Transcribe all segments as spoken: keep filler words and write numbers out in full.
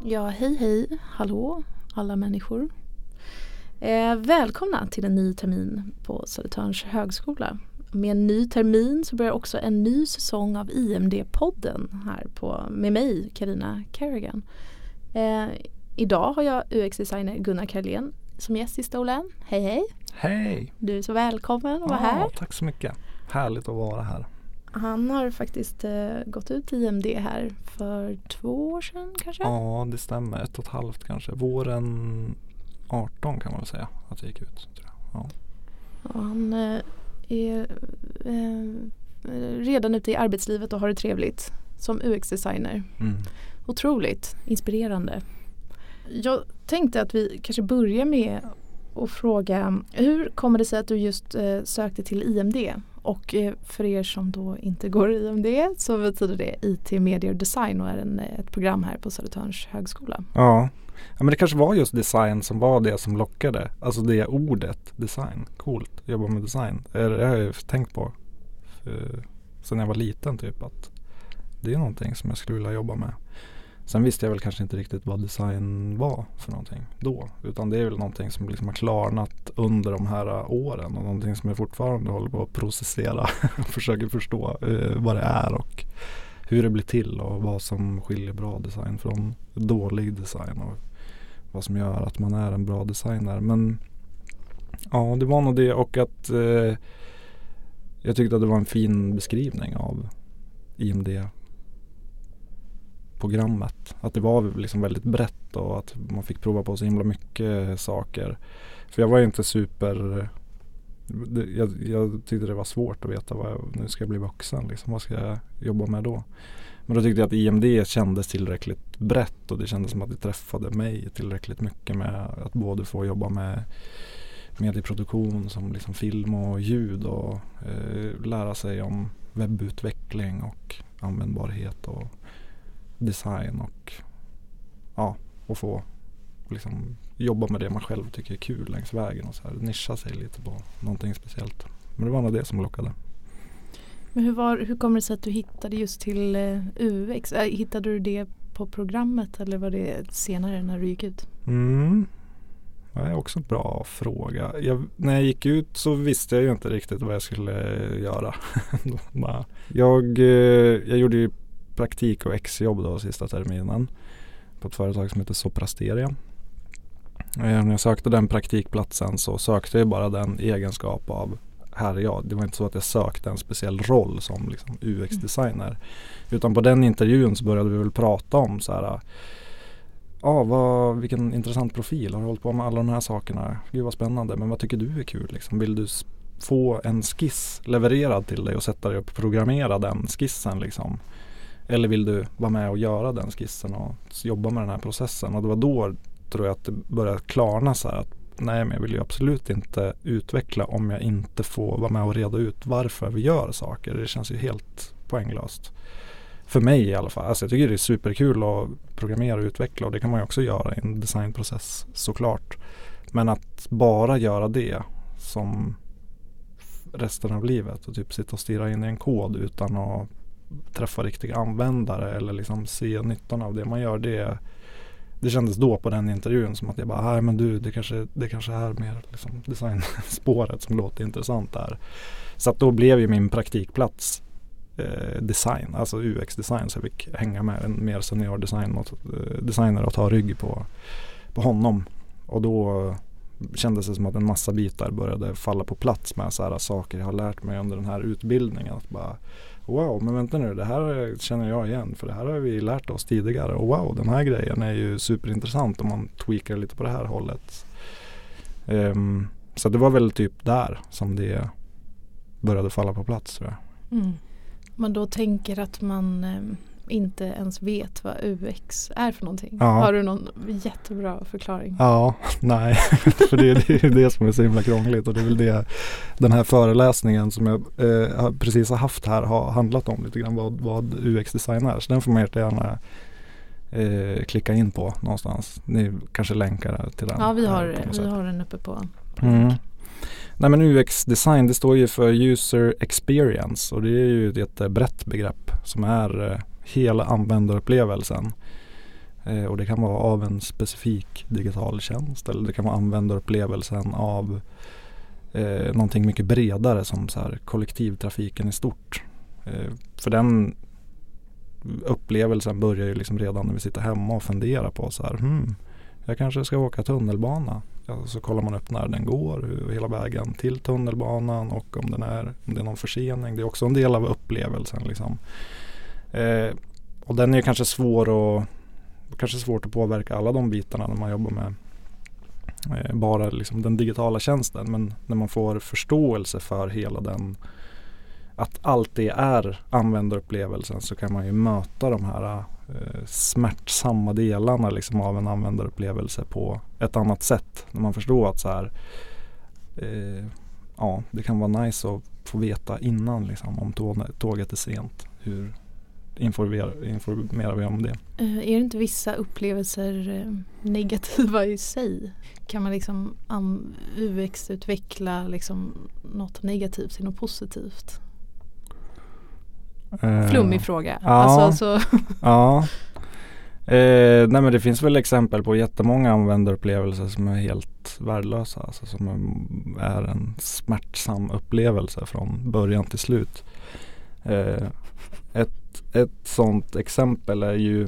Ja, hej hej, hallå alla människor. Eh, välkomna till en ny termin på Södertörns högskola. Med en ny termin så börjar också en ny säsong av I M D-podden här på, med mig, Carina Kerrigan. Eh, idag har jag U X-designer Gunnar Karlén som gäst i stolen. Hej hej! Hej! Du är så välkommen att vara ja, här. Tack så mycket. Härligt att vara här. Han har faktiskt eh, gått ut i I M D här för två år sedan kanske? Ja, det stämmer. Ett och ett halvt kanske. Våren arton kan man väl säga att det gick ut. Tror jag. Ja. Ja, han eh, är eh, redan ute i arbetslivet och har det trevligt som U X-designer. Mm. Otroligt inspirerande. Jag tänkte att vi kanske börjar med att fråga, hur kommer det sig att du just eh, sökte till I M D? Och eh, för er som då inte går i I M D så betyder det I T, media och design och är en, ett program här på Södertörns högskola. Ja. ja, men det kanske var just design som var det som lockade. Alltså det ordet, design. Coolt, jobba med design. Det har jag tänkt på för, sen jag var liten typ, att det är någonting som jag skulle vilja jobba med. Sen visste jag väl kanske inte riktigt vad design var för någonting då. Utan det är väl någonting som liksom har klarnat under de här åren. Och någonting som jag fortfarande håller på att processera. Försöker förstå eh, vad det är och hur det blir till. Och vad som skiljer bra design från dålig design. Och vad som gör att man är en bra designer. Men ja, det var nog det. Och att eh, jag tyckte att det var en fin beskrivning av I M D programmet. Att det var liksom väldigt brett och att man fick prova på så himla mycket saker. För jag var ju inte super... Jag, jag tyckte det var svårt att veta vad jag nu ska bli vuxen. Liksom, vad ska jag jobba med då? Men då tyckte jag att I M D kändes tillräckligt brett och det kändes som att det träffade mig tillräckligt mycket med att både få jobba med medieproduktion som liksom film och ljud och eh, lära sig om webbutveckling och användbarhet och design och ja, och få liksom jobba med det man själv tycker är kul längs vägen och så här nischa sig lite på någonting speciellt. Men det var nog det som lockade. Men hur, var, hur kommer det sig att du hittade just till uh, U X? Äh, hittade du det på programmet eller var det senare när du gick ut? Mm. Det är också en bra fråga. Jag, när jag gick ut så visste jag ju inte riktigt vad jag skulle göra. jag, jag gjorde ju praktik och exjobb då sista terminen på ett företag som heter Soprasteria. När jag sökte den praktikplatsen så sökte jag bara den egenskap av här är jag. Det var inte så att jag sökte en speciell roll som liksom U X-designer. Mm. Utan på den intervjun så började vi väl prata om så här, ja, vad, vilken intressant profil. Har du hållit på med alla de här sakerna? Gud vad spännande. Men vad tycker du är kul? Liksom? Vill du få en skiss levererad till dig och sätta dig upp och programmera den skissen liksom? Eller vill du vara med och göra den skissen och jobba med den här processen? Och det var då tror jag att det började klarna så här att nej, men jag vill ju absolut inte utveckla om jag inte får vara med och reda ut varför vi gör saker. Det känns ju helt poänglöst. För mig i alla fall. Alltså jag tycker det är superkul att programmera och utveckla och det kan man ju också göra i en designprocess såklart. Men att bara göra det som resten av livet och typ sitta och stirra in i en kod utan att träffa riktiga användare eller liksom se nyttan av det man gör, det, det kändes då på den intervjun som att jag bara, nej men du, det kanske, det kanske är mer liksom designspåret som låter intressant där. Så att då blev ju min praktikplats eh, design, alltså U X-design, så jag fick hänga med en mer senior design och, eh, designer och ta rygg på, på honom. Och då kändes det som att en massa bitar började falla på plats med så här saker jag har lärt mig under den här utbildningen. Att bara, wow, men vänta nu, det här känner jag igen för det här har vi lärt oss tidigare. Och wow, den här grejen är ju superintressant om man tweakar lite på det här hållet. Um, så det var väl typ där som det började falla på plats, tror jag. Mm. Man då tänker att man eh, inte ens vet vad U X är för någonting. Ja. Har du någon jättebra förklaring? Ja, nej. För det, det är det som är så himla krångligt. Och det är väl det den här föreläsningen som jag eh, precis har haft här har handlat om lite grann vad, vad U X-design är. Så den får man gärna eh, klicka in på någonstans. Ni kanske länkar till den. Ja, vi har, vi har den uppe på. Mm. Nej, men U X-design, det står ju för User Experience och det är ju ett brett begrepp som är eh, hela användarupplevelsen. Eh, och det kan vara av en specifik digital tjänst eller det kan vara användarupplevelsen av eh, någonting mycket bredare som så här, kollektivtrafiken i stort. Eh, för den upplevelsen börjar ju liksom redan när vi sitter hemma och funderar på så här, hmm, jag kanske ska åka tunnelbana. Ja, så kollar man upp när den går, hela vägen till tunnelbanan och om, den är, om det är någon försening. Det är också en del av upplevelsen. Liksom. Eh, och den är kanske svår att, kanske svårt att påverka alla de bitarna när man jobbar med eh, bara liksom den digitala tjänsten. Men när man får förståelse för hela den, att allt det är användarupplevelsen, så kan man ju möta de här eh, smärtsamma delarna liksom, av en användarupplevelse på ett annat sätt. När man förstår att så här, eh, ja, det kan vara nice att få veta innan liksom, om tåget är sent. Hur informerar, informerar vi om det? Uh, är det inte vissa upplevelser uh, negativa i sig? Kan man liksom um, U X-utveckla liksom, något negativt till något positivt? Uh, Flummig fråga. Ja. Alltså, alltså. ja. Eh, nej men det finns väl exempel på jättemånga användarupplevelser som är helt värdelösa. Alltså som är en smärtsam upplevelse från början till slut. Eh, ett, ett sånt exempel är ju,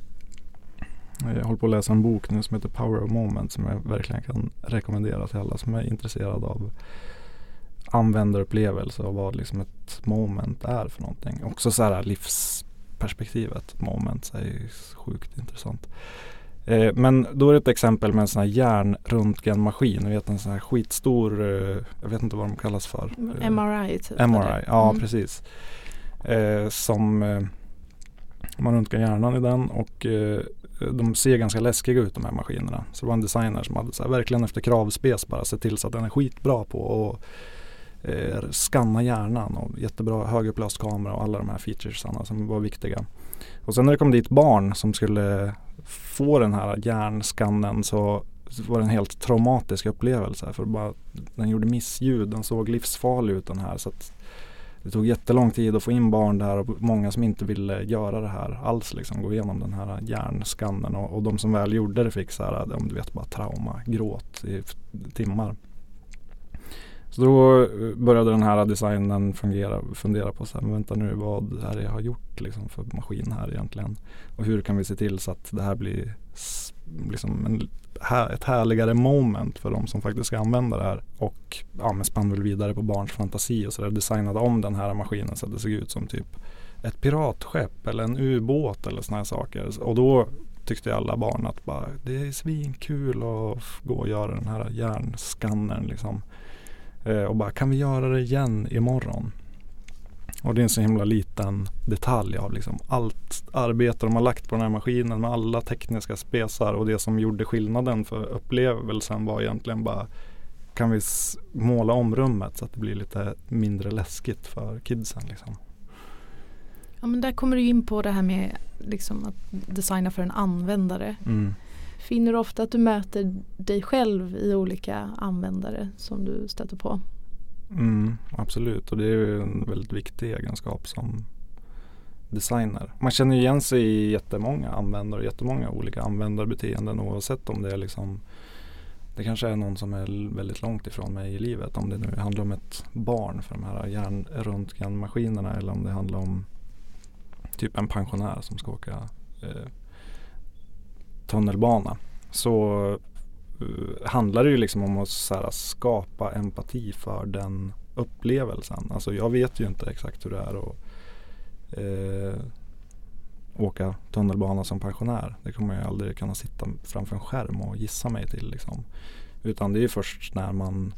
jag håller på att läsa en bok nu som heter Power of Moment, som jag verkligen kan rekommendera till alla som är intresserade av användarupplevelse och vad liksom ett moment är för någonting. Också så här livsperspektivet moment är ju sjukt intressant. Eh, men då är det ett exempel med en sån här hjärnröntgenmaskin. Jag vet en sån här skitstor, eh, jag vet inte vad de kallas för. Eh, M R I typ. M R I, ja mm. precis. Eh, som eh, man röntgar hjärnan i den och eh, de ser ganska läskiga ut de här maskinerna. Så det var en designer som hade så här, verkligen efter kravspec bara sett till så att den är skitbra på att eh, skanna hjärnan och jättebra högupplöst kamera och alla de här featuresarna som var viktiga. Och sen när det kom dit barn som skulle få den här hjärnskannen, så var det en helt traumatisk upplevelse, för bara, den gjorde missljud, den såg livsfarlig ut den här, så att det tog jättelång tid att få in barn där och många som inte ville göra det här alls, liksom gå igenom den här hjärnskannen, och, och de som väl gjorde det fick så här, om du vet, bara trauma, gråt i timmar. Så då började den här designen fungera, fundera på så här, men vänta nu, vad är det jag har gjort liksom för maskin här egentligen? Och hur kan vi se till så att det här blir liksom en, ett härligare moment för de som faktiskt ska använda det här? Och ja, men spann väl vidare på barns fantasi och så där, designade om den här maskinen så att det såg ut som typ ett piratskepp eller en ubåt eller såna här saker. Och då tyckte alla barn att bara, det är svinkul att gå och göra den här hjärnskannern liksom. Och bara, kan vi göra det igen imorgon? Och det är en så himla liten detalj av liksom allt arbete de har lagt på den här maskinen med alla tekniska spesar, och det som gjorde skillnaden för upplevelsen var egentligen bara, kan vi s- måla om rummet så att det blir lite mindre läskigt för kidsen liksom. Ja, men där kommer du in på det här med liksom att designa för en användare. Mm. Finner du ofta att du möter dig själv i olika användare som du stöter på? Mm, absolut, och det är ju en väldigt viktig egenskap som designer. Man känner igen sig i jättemånga användare, jättemånga olika användarbeteenden, oavsett om det är liksom, det kanske är någon som är väldigt långt ifrån mig i livet, om det nu handlar om ett barn för de här hjärnröntgenmaskinerna, eller om det handlar om typ en pensionär som ska åka eh, tunnelbana, så uh, handlar det ju liksom om att så här, skapa empati för den upplevelsen. Alltså jag vet ju inte exakt hur det är att uh, åka tunnelbana som pensionär. Det kommer jag aldrig kunna sitta framför en skärm och gissa mig till liksom. Utan det är ju först när man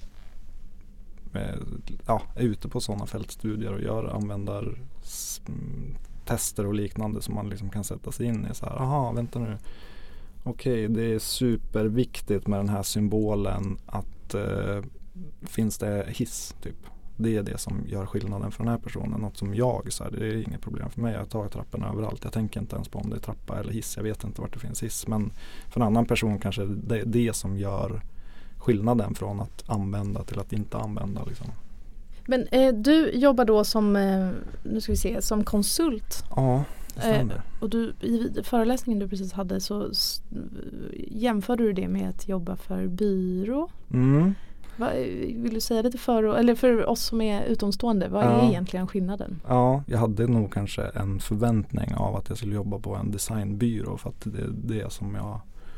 uh, ja, är ute på sådana fältstudier och gör användar s- tester och liknande som man liksom kan sätta sig in i så här, aha, vänta nu. Okej, det är superviktigt med den här symbolen att eh, finns det hiss typ. Det är det som gör skillnaden för den här personen. Något som jag, så här, det är inget problem för mig. Jag tar trapporna överallt. Jag tänker inte ens på om det är trappa eller hiss. Jag vet inte vart det finns hiss. Men för en annan person kanske det är det som gör skillnaden från att använda till att inte använda liksom. Men eh, du jobbar då som, eh, nu ska vi se, som konsult. Ja, det stämmer. Eh, och du, i föreläsningen du precis hade så s- jämförde du det med att jobba för byrå. Mm. Va, vill du säga lite för, eller för oss som är utomstående, vad Ja. är egentligen skillnaden? Ja, jag hade nog kanske en förväntning av att jag skulle jobba på en designbyrå för att det är det som jag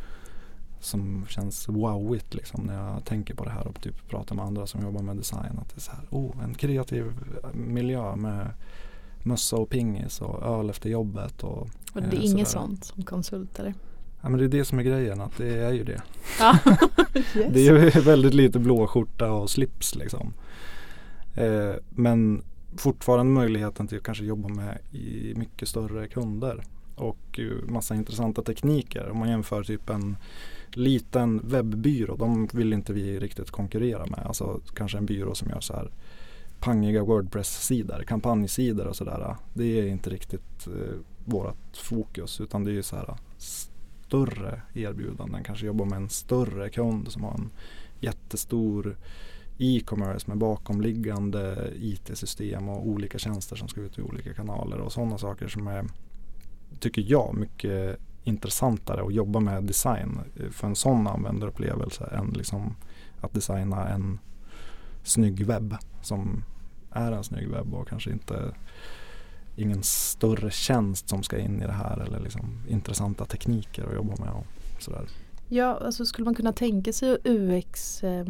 som känns wowigt liksom när jag tänker på det här och typ pratar med andra som jobbar med design, att det är så här, oh, en kreativ miljö med mössa och pingis och öl efter jobbet och, Och det är eh, inget sådär. sånt som konsult eller? Ja, men det är det som är grejen, att det är ju det. Ja. Yes. Det är ju väldigt lite blåskjorta och slips liksom. Eh, men fortfarande möjligheten till att kanske jobba med i mycket större kunder och uh, massa intressanta tekniker. Om man jämför typ en liten webbyrå, de vill inte vi riktigt konkurrera med. Alltså kanske en byrå som gör så här pangiga WordPress-sidor, kampanjsidor och sådär. Det är inte riktigt uh, vårat fokus, utan det är ju så här större erbjudanden. Kanske jobba med en större kund som har en jättestor e-commerce med bakomliggande I T-system och olika tjänster som ska ut i olika kanaler och sådana saker som är, tycker jag, mycket intressantare att jobba med design för en sån användarupplevelse än liksom att designa en snygg webb som är en snygg webb och kanske inte ingen större tjänst som ska in i det här eller liksom intressanta tekniker att jobba med och sådär. Ja, alltså skulle man kunna tänka sig U X eh,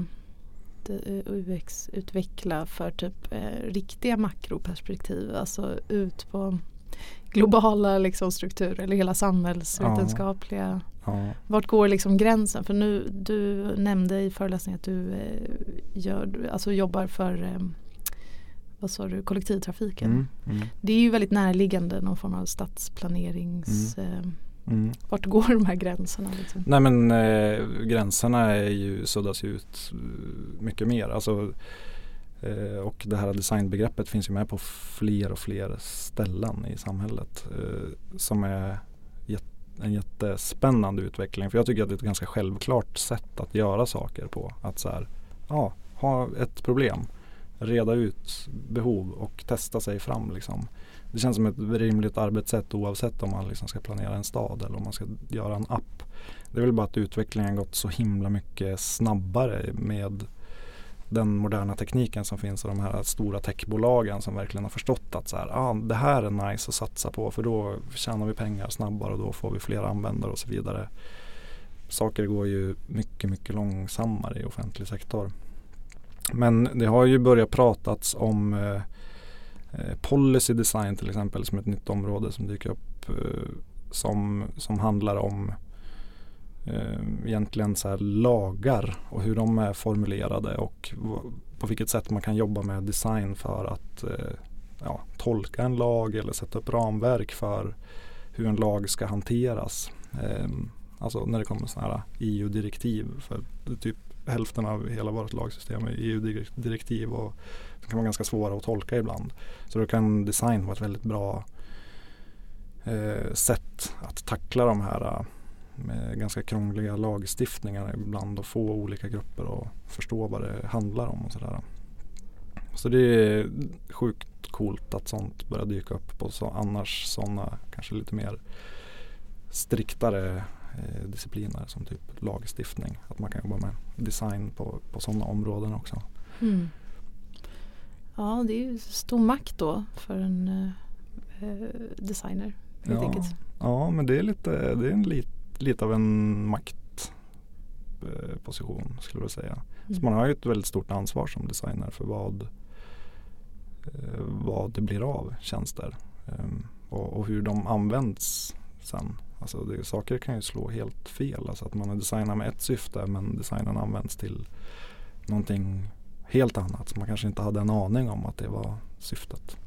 U X-utveckla för typ eh, riktiga makroperspektiv, alltså ut på globala liksom, strukturer eller hela samhällsvetenskapliga. Ja. Ja. Vart går liksom gränsen? För nu, du nämnde i föreläsningen att du eh, gör, alltså jobbar för eh, vad sa du, kollektivtrafiken. Mm, mm. Det är ju väldigt närliggande någon form av stadsplanerings... Mm. Eh, Mm. vart går de här gränserna? Liksom? Nej men eh, gränserna är ju, suddas ju ut mycket mer. Alltså, eh, och det här designbegreppet finns ju med på fler och fler ställen i samhället. Eh, som är jät- en jättespännande utveckling. För jag tycker att det är ett ganska självklart sätt att göra saker på. Att så här, ja, ha ett problem, reda ut behov och testa sig fram liksom. Det känns som ett rimligt arbetssätt oavsett om man liksom ska planera en stad eller om man ska göra en app. Det är väl bara att utvecklingen gått så himla mycket snabbare med den moderna tekniken som finns och de här stora techbolagen som verkligen har förstått att så här, ah, det här är nice att satsa på för då tjänar vi pengar snabbare och då får vi fler användare och så vidare. Saker går ju mycket, mycket långsammare i offentlig sektor. Men det har ju börjat pratats om eh, policy design till exempel som ett nytt område som dyker upp eh, som, som handlar om eh, egentligen så här lagar och hur de är formulerade och v- på vilket sätt man kan jobba med design för att eh, ja, tolka en lag eller sätta upp ramverk för hur en lag ska hanteras. Eh, alltså när det kommer sådana här E U-direktiv för typ hälften av hela vårt lagsystem är E U-direktiv och det kan vara ganska svåra att tolka ibland. Så då kan design vara ett väldigt bra eh, sätt att tackla de här med ganska krångliga lagstiftningarna ibland och få olika grupper att förstå vad det handlar om och sådär. Så det är sjukt coolt att sånt börjar dyka upp på så, annars sådana kanske lite mer striktare eh, discipliner som typ lagstiftning. Att man kan jobba med design på, på sådana områden också. Mm. Ja, det är ju stor makt då för en eh, designer. Helt Ja, enkelt. ja, men det är lite, det är en lit, lite av en maktposition skulle jag säga. Mm. Så man har ju ett väldigt stort ansvar som designer för vad, eh, vad det blir av tjänster um, och, och hur de används sen. Alltså det, saker kan ju slå helt fel. Alltså att man har designat med ett syfte men designen används till någonting helt annat. Så man kanske inte hade en aning om att det var syftet.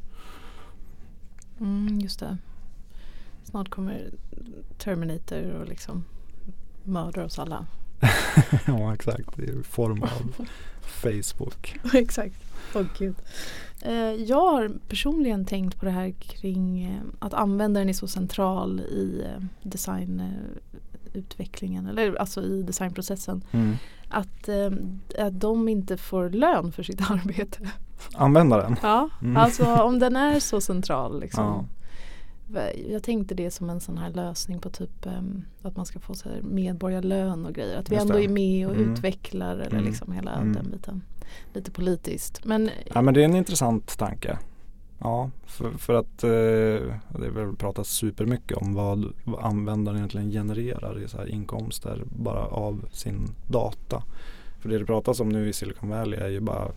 Mm, just det. Snart kommer Terminator och liksom mördar oss alla. Ja, exakt. I form av Facebook. Exakt. Åh gud. Eh, jag har personligen tänkt på det här kring eh, att användaren är så central i eh, designutvecklingen eh, eller alltså i designprocessen. Mm. Att, eh, att de inte får lön för sitt arbete. Användaren? Ja, Mm. alltså om den är så central liksom. Ja. jag tänkte det som en sån här lösning på typ um, att man ska få så här medborgarlön och grejer. Att vi ändå är med och mm. utvecklar eller mm. liksom hela mm. den biten. Lite politiskt. Men, ja, men det är en intressant tanke. Ja, för, för att eh, det är väl pratat supermycket om vad, vad användaren egentligen genererar i så här inkomster bara av sin data. För det det pratas om nu i Silicon Valley är ju bara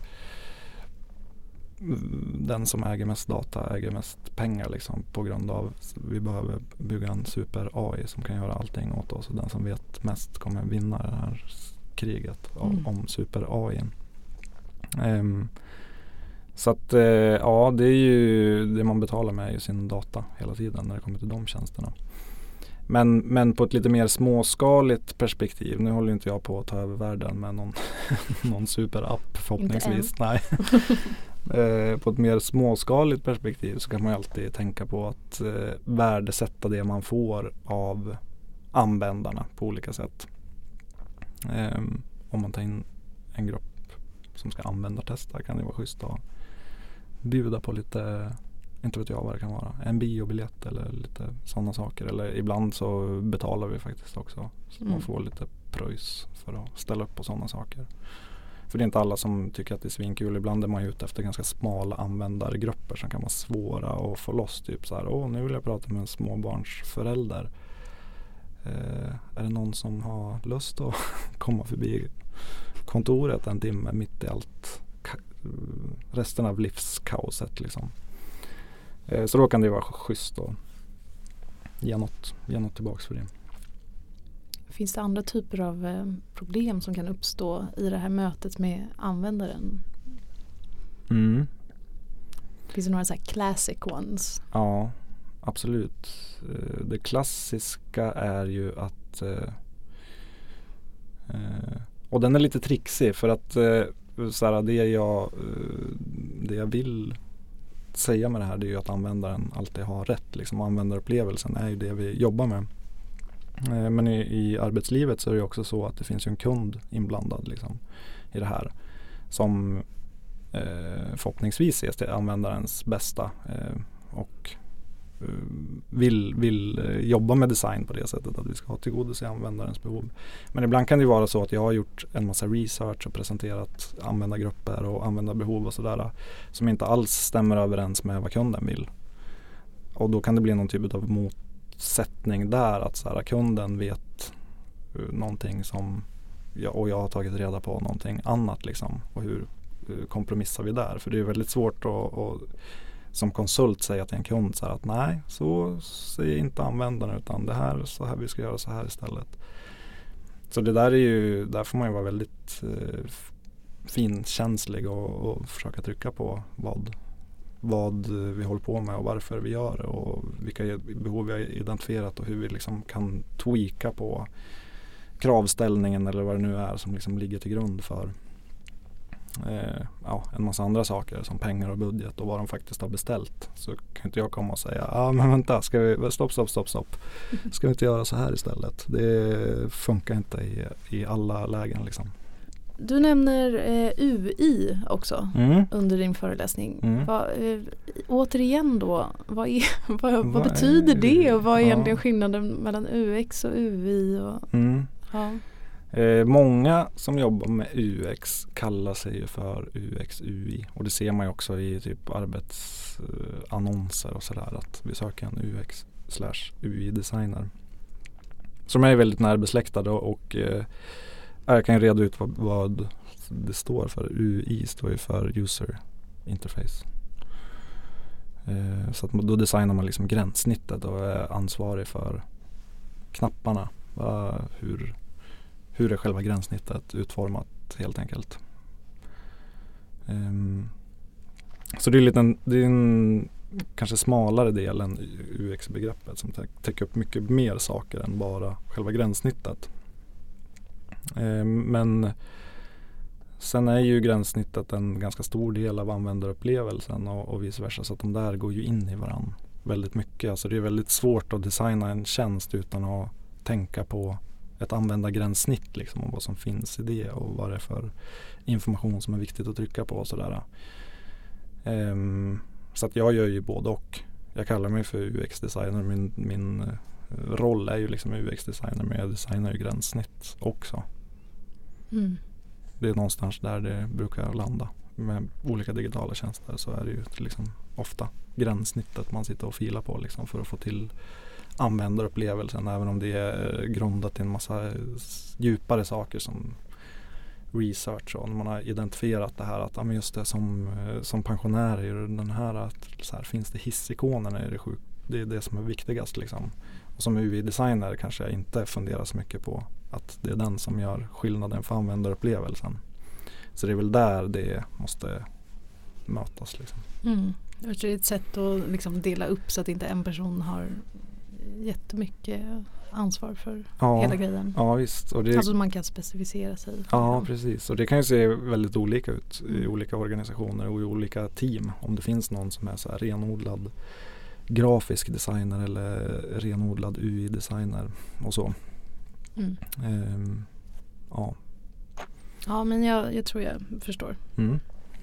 den som äger mest data äger mest pengar liksom, på grund av vi behöver bygga en super-A I som kan göra allting åt oss och den som vet mest kommer vinna det här kriget om, mm. om super-A I. Um, så att uh, ja, det är ju det man betalar med i sin data hela tiden när det kommer till de tjänsterna. Men, men på ett lite mer småskaligt perspektiv. Nu håller inte jag på att ta över världen med någon, någon superapp förhoppningsvis. Nej. eh, på ett mer småskaligt perspektiv så kan man alltid tänka på att eh, värdesätta det man får av användarna på olika sätt. Eh, om man tar in en grupp som ska användartesta kan det vara schysst att bjuda på lite, inte vet jag vad det kan vara, en biobiljett eller lite sådana saker. Eller ibland så betalar vi faktiskt också. Så mm. man får lite pröjs för att ställa upp på sådana saker. För det är inte alla som tycker att det är svinkul. Ibland är man ute efter ganska smala användargrupper som kan vara svåra att få loss. Typ så här, åh nu vill jag prata med en småbarnsförälder. Eh, är det någon som har lust att komma förbi kontoret en timme mitt i allt resten av livskaoset liksom. Så då kan det vara schysst att ge något, ge något tillbaks för det. Finns det andra typer av eh, problem som kan uppstå i det här mötet med användaren? Mm. Finns det några så här classic ones? Ja, absolut. Det klassiska är ju att eh, eh, och den är lite trixig för att eh, så här, det, jag, det jag vill säga med det här det är ju att användaren alltid har rätt. Liksom. Användarupplevelsen är ju det vi jobbar med. Eh, men i, i arbetslivet så är det också så att det finns ju en kund inblandad liksom, i det här som eh, förhoppningsvis är till användarens bästa eh, och eh, vill, vill eh, jobba med design på det sättet att vi ska ha tillgodose användarens behov. Men ibland kan det vara så att jag har gjort en massa research och presenterat användargrupper och användarbehov och sådär som inte alls stämmer överens med vad kunden vill. Och då kan det bli någon typ av motsättning där att så här, kunden vet uh, någonting som jag, och jag har tagit reda på någonting annat liksom. Och hur uh, kompromissar vi där? För det är väldigt svårt att, att som konsult säga till en kund så här att nej, så säger inte användaren utan det här, så här vi ska göra så här istället. Så det där är ju, där får man ju vara väldigt uh, finkänslig och, och försöka trycka på vad vad vi håller på med och varför vi gör det och vilka behov vi har identifierat och hur vi liksom kan tweaka på kravställningen eller vad det nu är som liksom ligger till grund för eh, ja, en massa andra saker som pengar och budget och vad de faktiskt har beställt. Så kan inte jag komma och säga, ja ah, men vänta, ska vi, stopp, stopp, stopp, stopp. Ska vi inte göra så här istället? Det funkar inte i, i alla lägen liksom. Du nämner eh, U I också mm. under din föreläsning. Mm. Va, eh, återigen då, vad, är, vad, vad, vad betyder det och vad är ja. egentligen skillnaden mellan U X och U I? Och, mm. ja. eh, många som jobbar med U X kallar sig ju för U X U I och det ser man ju också i typ arbetsannonser eh, och sådär att vi söker en U X slash U I-designer. Så de är väldigt närbesläktade och, och eh, jag kan reda ut vad, vad det står för. U I står ju för User Interface. Eh, så att då designar man liksom gränssnittet och är ansvarig för knapparna. Va, hur, hur är själva gränssnittet utformat helt enkelt. Eh, så det är, lite, det är en kanske smalare del än U X-begreppet som täcker upp mycket mer saker än bara själva gränssnittet. Men sen är ju gränssnittet en ganska stor del av användarupplevelsen och, och vice versa så att de där går ju in i varandra väldigt mycket. Alltså det är väldigt svårt att designa en tjänst utan att tänka på ett användargränssnitt liksom, och vad som finns i det och vad det är för information som är viktigt att trycka på och sådär. Um, så att jag gör ju både och. jag kallar mig för U X-designer. Min, min roll är ju liksom U X-designer, men jag designar ju gränssnitt också. Mm. Det är någonstans där det brukar landa. Med olika digitala tjänster så är det ju liksom ofta gränssnittet man sitter och filar på liksom för att få till användarupplevelsen, även om det är grundat i en massa djupare saker som research, och när man har identifierat det här att ja, men just det som, som pensionär är ju den här att så här, finns det hissikonerna är det sjuk, det är det som är viktigast liksom. Och som U I-designer kanske jag inte funderar så mycket på att det är den som gör skillnaden för användarupplevelsen. Så det är väl där det måste mötas liksom. Mm. Det är ett sätt att liksom dela upp så att inte en person har jättemycket ansvar för ja, hela grejen. Ja, visst. Och det, alltså man kan specificera sig. Ja, dem. Precis. Och det kan ju se väldigt olika ut i olika organisationer och i olika team. Om det finns någon som är så här renodlad grafisk designer eller renodlad U I-designer och så. Mm. Ehm, ja. Ja, men jag, jag tror jag förstår. Mm.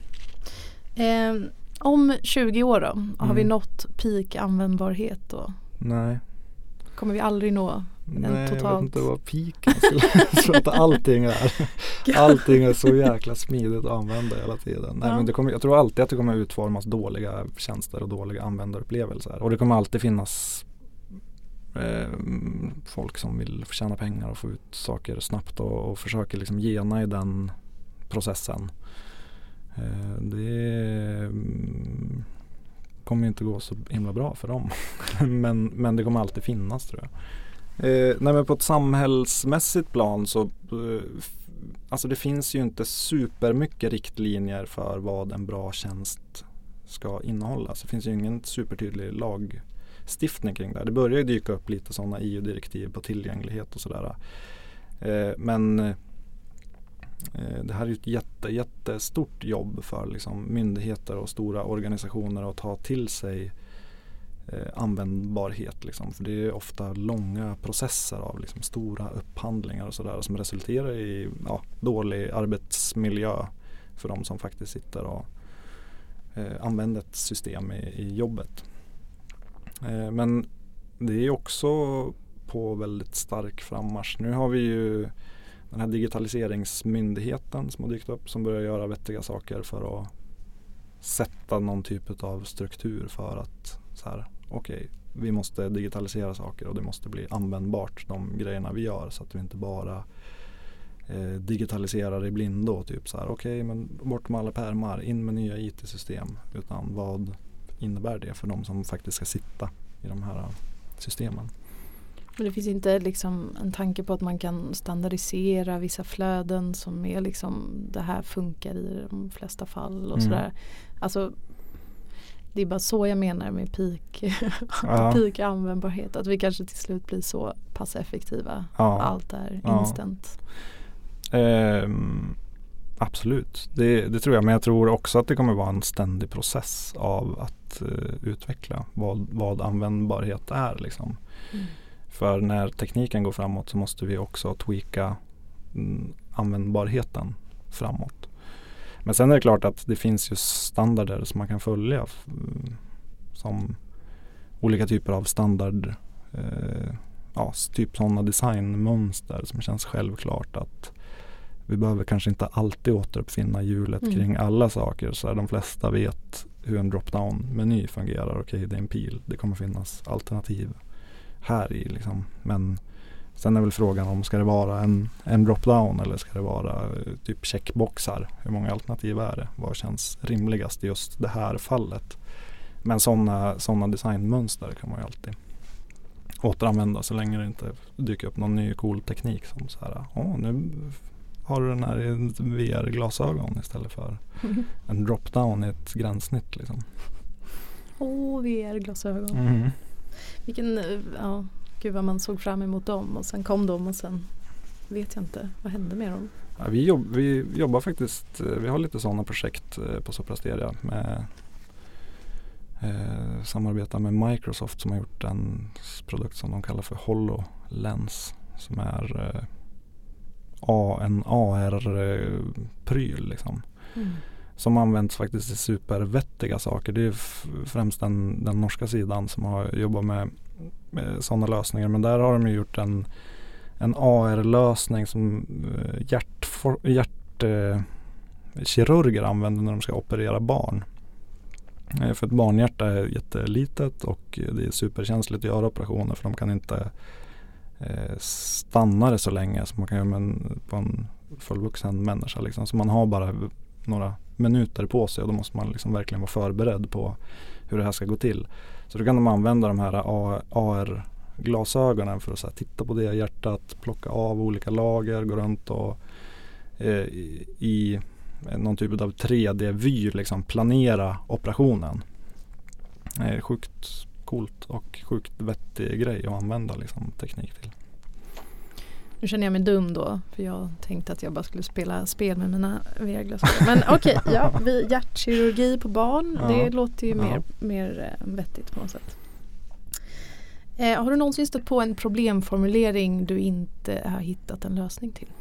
Ehm, om tjugo år då, har mm. vi nått peak användbarhet då? Nej. Kommer vi aldrig nå en Nej, totalt... jag vet inte vad peaken skulle... Jag tror att allting är allting är så jäkla smidigt att använda hela tiden. Nej, ja. men det kommer, jag tror alltid att det kommer utformas dåliga tjänster och dåliga användarupplevelser. Och det kommer alltid finnas eh, folk som vill tjäna pengar och få ut saker snabbt och, och försöker liksom gena i den processen. Eh, det kommer inte gå så himla bra för dem. men, men det kommer alltid finnas, tror jag. Eh, nej, men på ett samhällsmässigt plan så eh, alltså det finns ju inte supermycket riktlinjer för vad en bra tjänst ska innehålla. Så det finns ju ingen supertydlig lagstiftning kring det. Det börjar ju dyka upp lite sådana E U-direktiv på tillgänglighet och sådär. Eh, men eh, det här är ju ett jätte, jättestort jobb för liksom myndigheter och stora organisationer att ta till sig eh, användbarhet. Liksom. För det är ofta långa processer av liksom, stora upphandlingar och sådär som resulterar i ja, dålig arbetsmiljö för de som faktiskt sitter och eh, använder ett system i, i jobbet. Eh, men det är också på väldigt stark frammarsch. Nu har vi ju den här digitaliseringsmyndigheten som har dykt upp som börjar göra vettiga saker för att sätta någon typ av struktur för att så här, okej, okay, vi måste digitalisera saker och det måste bli användbart de grejerna vi gör så att vi inte bara eh, digitaliserar i blindo typ så här, okej, okay, men bort med alla pärmar, in med nya I T-system, utan vad innebär det för de som faktiskt ska sitta i de här systemen. Men det finns inte liksom en tanke på att man kan standardisera vissa flöden som är liksom det här funkar i de flesta fall och mm. sådär. Alltså det är bara så jag menar med peak, ja. peak användbarhet. Att vi kanske till slut blir så pass effektiva. Ja. Allt är ja. instant. Um, absolut. Det, det tror jag. Men jag tror också att det kommer vara en ständig process av att uh, utveckla vad, vad användbarhet är liksom. Mm. För när tekniken går framåt så måste vi också tweaka mm, användbarheten framåt. Men sen är det klart att det finns ju standarder som man kan följa f- som olika typer av standard, eh, ja, typ sådana designmönster som känns självklart att vi behöver kanske inte alltid återuppfinna hjulet mm. kring alla saker. Så de flesta vet hur en drop-down-meny fungerar. Okej, det är en pil. Det kommer finnas alternativ här i liksom. Men sen är väl frågan om ska det vara en, en drop-down eller ska det vara typ checkboxar. Hur många alternativ är det? Vad känns rimligast i just det här fallet? Men sådana såna designmönster kan man ju alltid återanvända så länge det inte dyker upp någon ny cool teknik som så här, åh, nu har du den här i V R-glasögon istället för mm. en drop-down i ett gränssnitt liksom. Åh, V R-glasögon. Mm. Vilken, ja, gud vad man såg fram emot dem och sen kom de och sen vet jag inte, vad hände med dem? Ja, vi, jobb, vi jobbar faktiskt, vi har lite sådana projekt på Soprasteria med eh, samarbeta med Microsoft som har gjort en produkt som de kallar för HoloLens som är eh, A, en A R-pryl liksom. Mm. som används faktiskt i supervettiga saker. Det är f- främst den, den norska sidan som har jobbat med, med sådana lösningar. Men där har de ju gjort en, en A R-lösning som hjärtkirurger hjärt, eh, använder när de ska operera barn. Eh, för ett barnhjärta är jättelitet och det är superkänsligt att göra operationer för de kan inte eh, stanna det så länge som man kan göra med en, på en fullvuxen människa. Liksom. Så man har bara några minuter på sig och då måste man liksom verkligen vara förberedd på hur det här ska gå till. Så då kan de använda de här A R-glasögonen för att så här, titta på det hjärtat, plocka av olika lager, gå runt och eh, i, i någon typ av tre D-vy liksom planera operationen. Det är sjukt coolt och sjukt vettig grej att använda liksom, teknik till. Nu känner jag mig dum då, för jag tänkte att jag bara skulle spela spel med mina V R-glasögon. Men okej, okay, ja, vi, hjärtkirurgi på barn, ja, det låter ju ja. mer, mer äh, vettigt på något sätt. Eh, har du någonsin stött på en problemformulering du inte har hittat en lösning till?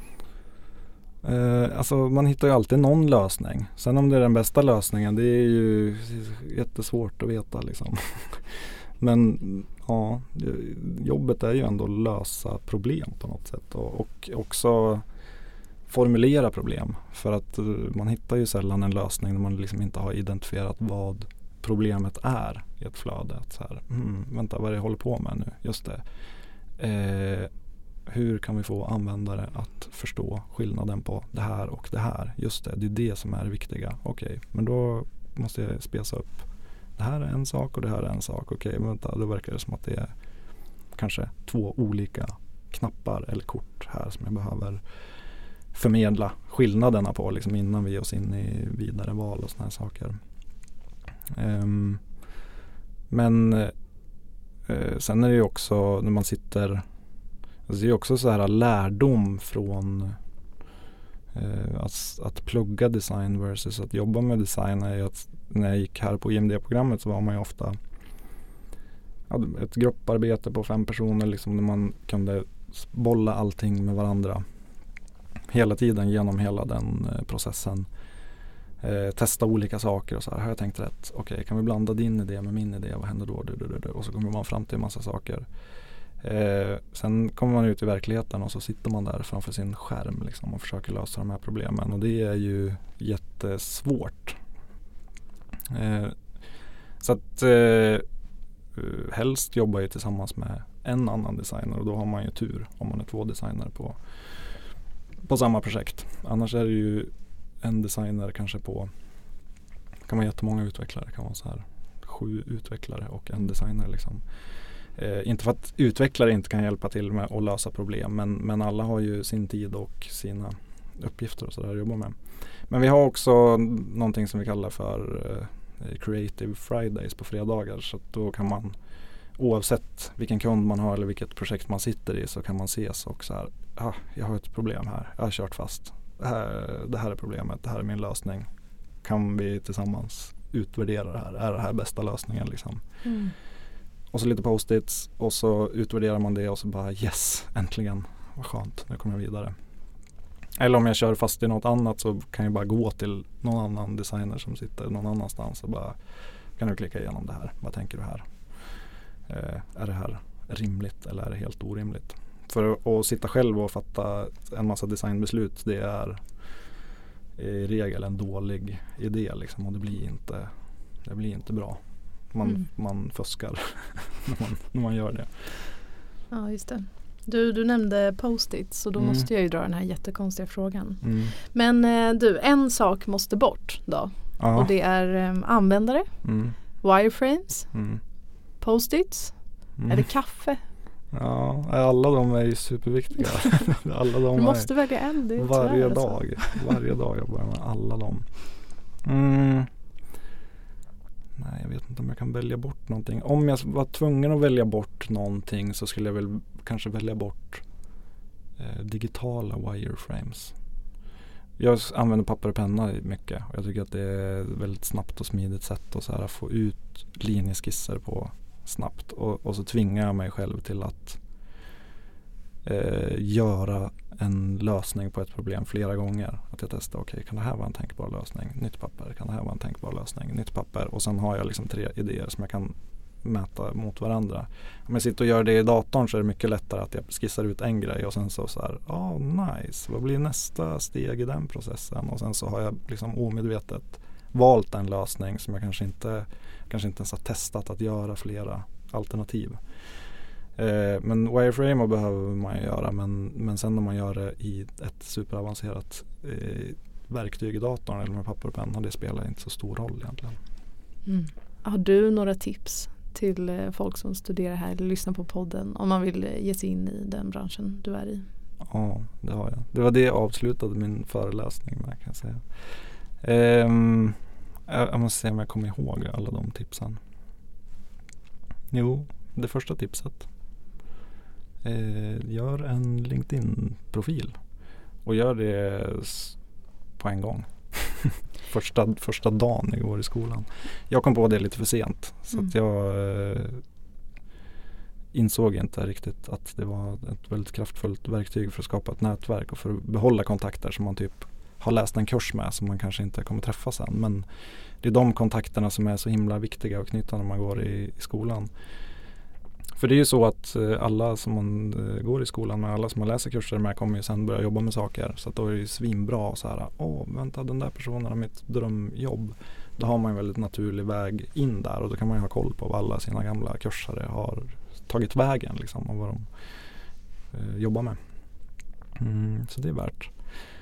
Eh, alltså man hittar ju alltid någon lösning. Sen om det är den bästa lösningen, det är ju jättesvårt att veta liksom. Men ja, jobbet är ju ändå att lösa problem på något sätt och, och också formulera problem. För att man hittar ju sällan en lösning när man liksom inte har identifierat vad problemet är i ett flöde. Att så här, mm, vänta, vad är det jag håller på med nu? Just det. Eh, hur kan vi få användare att förstå skillnaden på det här och det här? Just det, det är det som är det viktiga. Okej, okay, men då måste jag spesa upp. Det här är en sak och det här är en sak. Okej, okay, men vänta, då verkar det som att det är kanske två olika knappar eller kort här som jag behöver förmedla skillnaderna på liksom innan vi ger oss in i vidare val och såna här saker. Um, men uh, sen är det ju också när man sitter, alltså det är också så här lärdom från uh, att, att plugga design versus att jobba med design är ju att när jag gick här på I M D-programmet så var man ju ofta ett grupparbete på fem personer liksom, där man kunde bolla allting med varandra hela tiden genom hela den eh, processen. Eh, testa olika saker och så här, har jag tänkt rätt? Okej, okay, kan vi blanda din idé med min idé? Vad händer då? Du, du, du, du. Och så kommer man fram till en massa saker. Eh, sen kommer man ut i verkligheten och så sitter man där framför sin skärm liksom, och försöker lösa de här problemen. Och det är ju jättesvårt. Eh, så att eh, helst jobbar jag tillsammans med en annan designer och då har man ju tur om man är två designer på, på samma projekt. Annars är det ju en designer kanske på, kan vara jättemånga utvecklare, kan vara så här sju utvecklare och en designer liksom. Eh, inte för att utvecklare inte kan hjälpa till med att lösa problem, men, men alla har ju sin tid och sina uppgifter och sådär att jobba med. Men vi har också någonting som vi kallar för eh, Creative Fridays på fredagar, så att då kan man, oavsett vilken kund man har eller vilket projekt man sitter i, så kan man ses och så här, ah, jag har ett problem här, jag har kört fast. Det här, det här är problemet, det här är min lösning. Kan vi tillsammans utvärdera det här? Är det här bästa lösningen liksom? Mm. Och så lite post-its och så utvärderar man det och så bara yes, äntligen, vad skönt, nu kommer jag vidare. Eller om jag kör fast i något annat så kan jag bara gå till någon annan designer som sitter någon annanstans och bara, kan du klicka igenom det här? Vad tänker du här? Eh, är det här rimligt eller är det helt orimligt? För att sitta själv och fatta en massa designbeslut, det är i regel en dålig idé liksom, och det blir inte, det blir inte bra. Man, mm. man fuskar när, man, när man gör det. Ja, just det. Du, du nämnde post-it, så då mm. måste jag ju dra den här jättekonstiga frågan. Mm. Men eh, du, en sak måste bort då. Ja. Och det är eh, användare, mm. wireframes, mm. post-its, mm. eller kaffe. Ja, alla de är ju superviktiga. alla de du måste välja en. Det är varje dag. Varje dag jobbar jag med alla dem. Mm. Nej, jag vet inte om jag kan välja bort någonting. Om jag var tvungen att välja bort någonting så skulle jag väl kanske välja bort eh, digitala wireframes. Jag använder papper och penna mycket och jag tycker att det är ett väldigt snabbt och smidigt sätt att så här få ut linjeskisser på snabbt och, och så tvingar jag mig själv till att eh, göra en lösning på ett problem flera gånger. Att jag testar, okej, okay, kan det här vara en tänkbar lösning? Nytt papper, kan det här vara en tänkbar lösning? Nytt papper. Och sen har jag liksom tre idéer som jag kan mäta mot varandra. Om jag sitter och gör det i datorn så är det mycket lättare att jag skissar ut en grej och sen så så här, ja oh, nice, vad blir nästa steg i den processen? Och sen så har jag liksom omedvetet valt en lösning som jag kanske inte, kanske inte ens har testat att göra flera alternativ. Eh, men wireframe behöver man ju göra, men, men sen när man gör det i ett superavancerat eh, verktyg i datorn eller med papper och penna, det spelar inte så stor roll egentligen. Mm. Har du några tips till eh, folk som studerar här eller lyssnar på podden om man vill eh, ge sig in i den branschen du är i? Ja, det har jag. Det var det jag avslutade min föreläsning med, kan jag säga. Um, jag, jag måste se om jag kommer ihåg alla de tipsen. Jo, det första tipset. Eh, gör en LinkedIn-profil. Och gör det s- på en gång. första, första dagen jag går i skolan. Jag kom på det lite för sent. Så Mm. att jag eh, insåg inte riktigt att det var ett väldigt kraftfullt verktyg för att skapa ett nätverk och för att behålla kontakter som man typ har läst en kurs med som man kanske inte kommer träffa sen. Men det är de kontakterna som är så himla viktiga att knyta när man går i, i skolan. För det är ju så att eh, alla som man eh, går i skolan med, alla som man läser kurser med kommer ju sen börja jobba med saker. Så att då är det ju svinbra så här, åh vänta, den där personen har mitt drömjobb. Då har man en väldigt naturlig väg in där och då kan man ju ha koll på vad alla sina gamla kursare har tagit vägen liksom och vad de eh, jobbar med. Mm, så det är värt.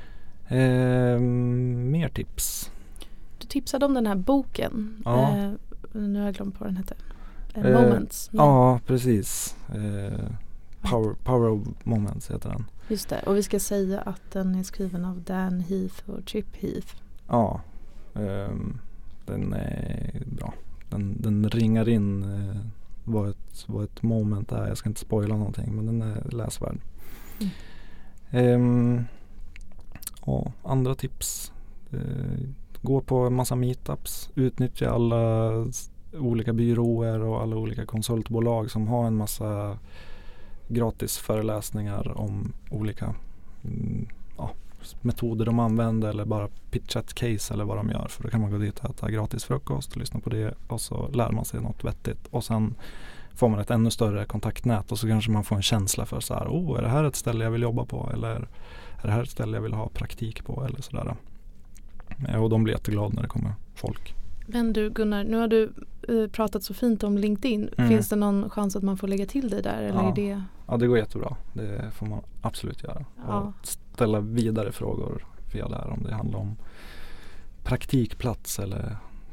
Eh, mer tips. Du tipsade om den här boken. Ja. Eh, nu har jag glömt vad den hette. Eh, Eh, Moments. Men- Ja, precis. Eh, Power, Power of Moments heter den. Just det. Och vi ska säga att den är skriven av Dan Heath och Chip Heath. Ja, ehm, den är bra. Den, den ringar in eh, vad, ett, vad ett moment är. Jag ska inte spoila någonting, men den är läsvärd. Mm. Ehm, ja, andra tips. Eh, gå på en massa meetups. Utnyttja alla s- olika byråer och alla olika konsultbolag som har en massa gratis föreläsningar om olika mm, ja, metoder de använder eller bara pitcha ett case eller vad de gör. För då kan man gå dit och äta gratis frukost och lyssna på det och så lär man sig något vettigt. Och sen får man ett ännu större kontaktnät och så kanske man får en känsla för så här, oh, är det här ett ställe jag vill jobba på eller är det här ett ställe jag vill ha praktik på eller sådär. Och de blir jätteglada när det kommer folk. Men du Gunnar, nu har du eh, pratat så fint om LinkedIn. Mm. Finns det någon chans att man får lägga till dig där? Eller Ja. är det... Ja, det går jättebra. Det får man absolut göra. Ja. Och ställa vidare frågor via där om det handlar om praktikplats eller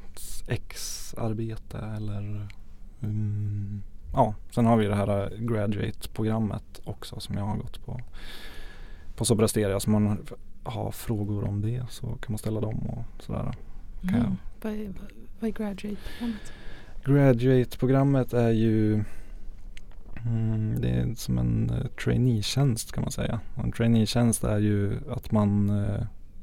ex-arbete eller mm, ja, sen har vi det här graduate-programmet också som jag har gått på på Soprasteria. Så man har frågor om det så kan man ställa dem och sådär. Kan Mm. jag- Vad är, vad är graduate-programmet? Graduate-programmet är ju mm, det är som en uh, trainee-tjänst kan man säga. Och en trainee-tjänst är ju att man uh,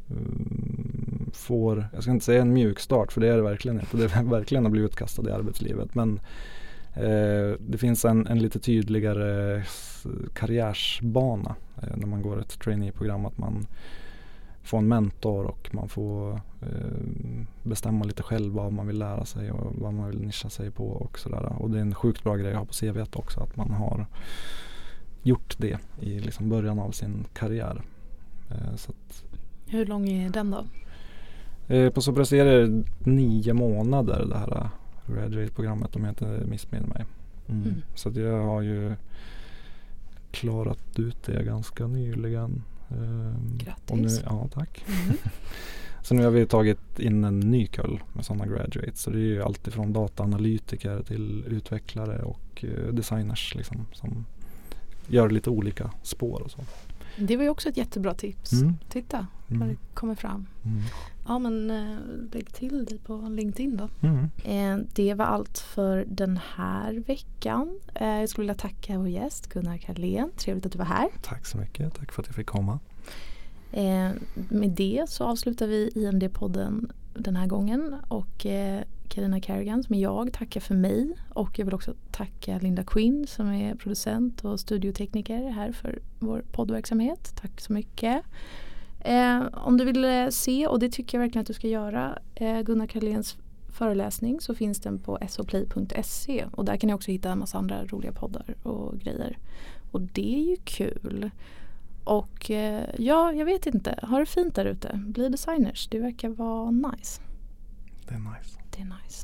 um, får, jag ska inte säga en mjuk start för det är det verkligen inte. Det är verkligen att bli utkastad i arbetslivet. Men uh, det finns en, en lite tydligare s- karriärsbana uh, när man går ett trainee-program, att man få en mentor och man får eh, bestämma lite själv vad man vill lära sig och vad man vill nischa sig på och sådär. Och det är en sjukt bra grej att ha på C V:t också, att man har gjort det i liksom början av sin karriär. Eh, så att, Hur lång är den då? eh, på Soprasteria är det nio månader det här graduate-programmet om jag inte missminner mig. Mm. Mm. Så att jag har ju klarat ut det ganska nyligen. Um, Grattis. Och nu, ja, tack. Mm. Så nu har vi tagit in en ny kull med sådana graduates. Så det är ju alltid från dataanalytiker till utvecklare och uh, designers liksom, som gör lite olika spår och så. Det var ju också ett jättebra tips. Mm. Titta vad Mm. det kommer fram. Mm. Ja, men eh, lägg till dig på LinkedIn då. Mm. Eh, det var allt för den här veckan. Eh, jag skulle vilja tacka vår gäst Gunnar Karlén. Trevligt att du var här. Tack så mycket. Tack för att jag fick komma. Eh, med det så avslutar vi I M D-podden den här gången och eh, Carina Kerrigan som är jag tackar för mig. Och jag vill också tacka Linda Quinn som är producent och studiotekniker här för vår poddverksamhet. Tack så mycket. Eh, om du vill eh, se, och det tycker jag verkligen att du ska göra, eh, Gunnar Carléns föreläsning, så finns den på s o play punkt se. Och där kan ni också hitta en massa andra roliga poddar och grejer. Och det är ju kul. Och eh, ja, jag vet inte. Ha det fint där ute. Bli designers. Det verkar vara nice. Det är nice. Det är nice.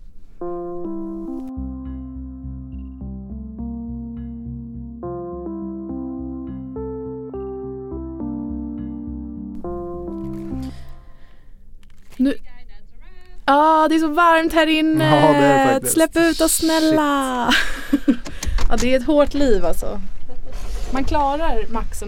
Nu... Ja, ah, det är så varmt här inne. Ja, det är det faktiskt. Släpp ut oss snälla. Ja, det är ett hårt liv alltså. Man klarar maxen.